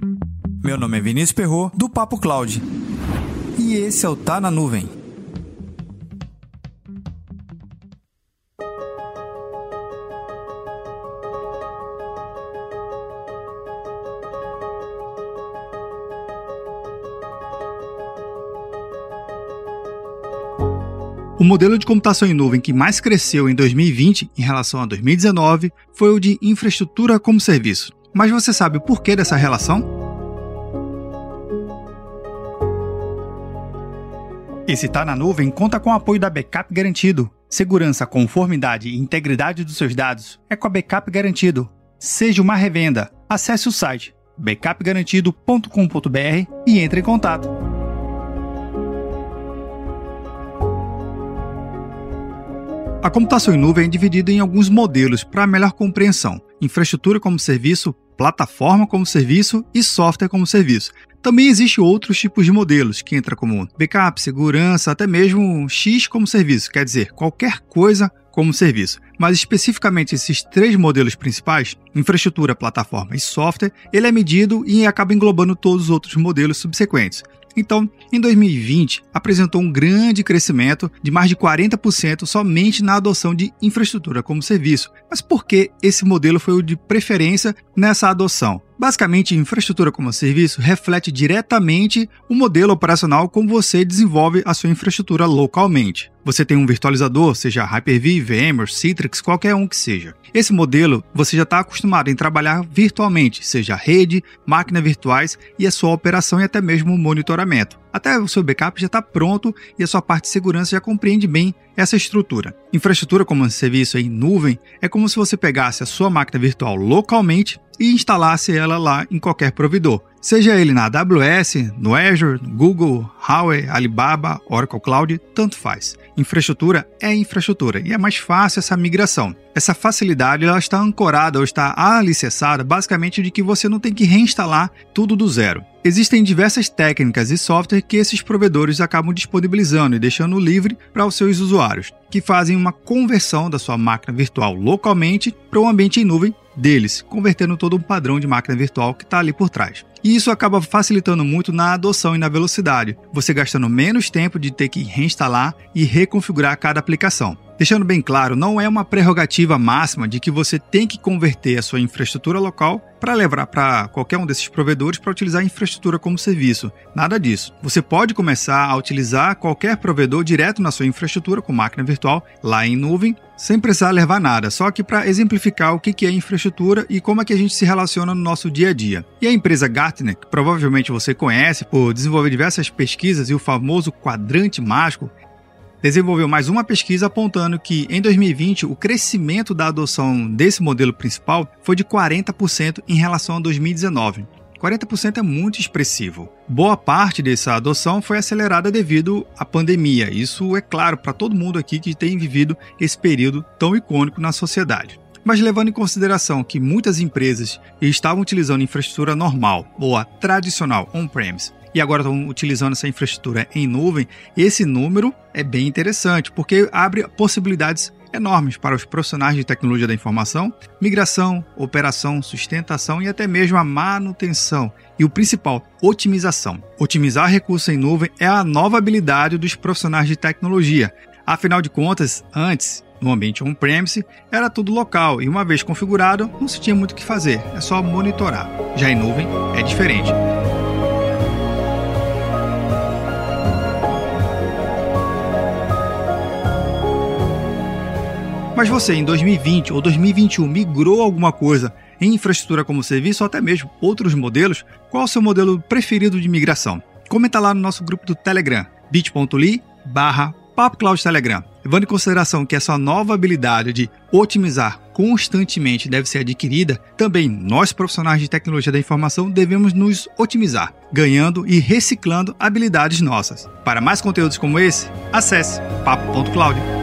Meu nome é Vinícius Perrot, do Papo Cloud. E esse é o Tá na Nuvem. O modelo de computação em nuvem que mais cresceu em 2020 em relação a 2019 foi o de infraestrutura como serviço. Mas você sabe o porquê dessa relação? Esse Tá na Nuvem conta com o apoio da Backup Garantido. Segurança, conformidade e integridade dos seus dados é com a Backup Garantido. Seja uma revenda. Acesse o site backupgarantido.com.br e entre em contato. A computação em nuvem é dividida em alguns modelos para melhor compreensão: infraestrutura como serviço, plataforma como serviço e software como serviço. Também existem outros tipos de modelos, que entra como backup, segurança, até mesmo X como serviço, quer dizer, qualquer coisa como serviço. Mas especificamente esses três modelos principais, infraestrutura, plataforma e software, ele é medido e acaba englobando todos os outros modelos subsequentes. Então, em 2020, apresentou um grande crescimento de mais de 40% somente na adoção de infraestrutura como serviço. Mas por que esse modelo foi o de preferência nessa adoção? Basicamente, infraestrutura como serviço reflete diretamente o modelo operacional como você desenvolve a sua infraestrutura localmente. Você tem um virtualizador, seja Hyper-V, VMware, Citrix, qualquer um que seja. Esse modelo você já está acostumado em trabalhar virtualmente, seja rede, máquinas virtuais e a sua operação e até mesmo o monitoramento. Até o seu backup já está pronto e a sua parte de segurança já compreende bem essa estrutura. Infraestrutura como serviço em nuvem é como se você pegasse a sua máquina virtual localmente e instalasse ela lá em qualquer provedor. Seja ele na AWS, no Azure, no Google, Huawei, Alibaba, Oracle Cloud, tanto faz. Infraestrutura é infraestrutura e é mais fácil essa migração. Essa facilidade ela está ancorada ou está alicerçada basicamente de que você não tem que reinstalar tudo do zero. Existem diversas técnicas e software que esses provedores acabam disponibilizando e deixando livre para os seus usuários, que fazem uma conversão da sua máquina virtual localmente para um ambiente em nuvem deles, convertendo todo um padrão de máquina virtual que está ali por trás. E isso acaba facilitando muito na adoção e na velocidade, você gastando menos tempo de ter que reinstalar e reconfigurar cada aplicação. Deixando bem claro, não é uma prerrogativa máxima de que você tem que converter a sua infraestrutura local para levar para qualquer um desses provedores para utilizar a infraestrutura como serviço. Nada disso. Você pode começar a utilizar qualquer provedor direto na sua infraestrutura com máquina virtual lá em nuvem, sem precisar levar nada, só que para exemplificar o que é infraestrutura e como é que a gente se relaciona no nosso dia a dia. E a empresa Gartner, que provavelmente você conhece por desenvolver diversas pesquisas e o famoso quadrante mágico, desenvolveu mais uma pesquisa apontando que, em 2020, o crescimento da adoção desse modelo principal foi de 40% em relação a 2019. 40% é muito expressivo. Boa parte dessa adoção foi acelerada devido à pandemia. Isso é claro para todo mundo aqui que tem vivido esse período tão icônico na sociedade. Mas levando em consideração que muitas empresas estavam utilizando infraestrutura normal ou a tradicional on-premise, e agora estão utilizando essa infraestrutura em nuvem, esse número é bem interessante, porque abre possibilidades enormes para os profissionais de tecnologia da informação, migração, operação, sustentação e até mesmo a manutenção. E o principal, otimização. Otimizar recursos em nuvem é a nova habilidade dos profissionais de tecnologia. Afinal de contas, antes, no ambiente on-premise, era tudo local e uma vez configurado, não se tinha muito o que fazer, é só monitorar. Já em nuvem, é diferente. Mas você, em 2020 ou 2021, migrou alguma coisa em infraestrutura como serviço ou até mesmo outros modelos? Qual é o seu modelo preferido de migração? Comenta lá no nosso grupo do Telegram, bit.ly/PapoCloudTelegram. Levando em consideração que essa nova habilidade de otimizar constantemente deve ser adquirida, também nós profissionais de tecnologia da informação devemos nos otimizar, ganhando e reciclando habilidades nossas. Para mais conteúdos como esse, acesse papo.cloud.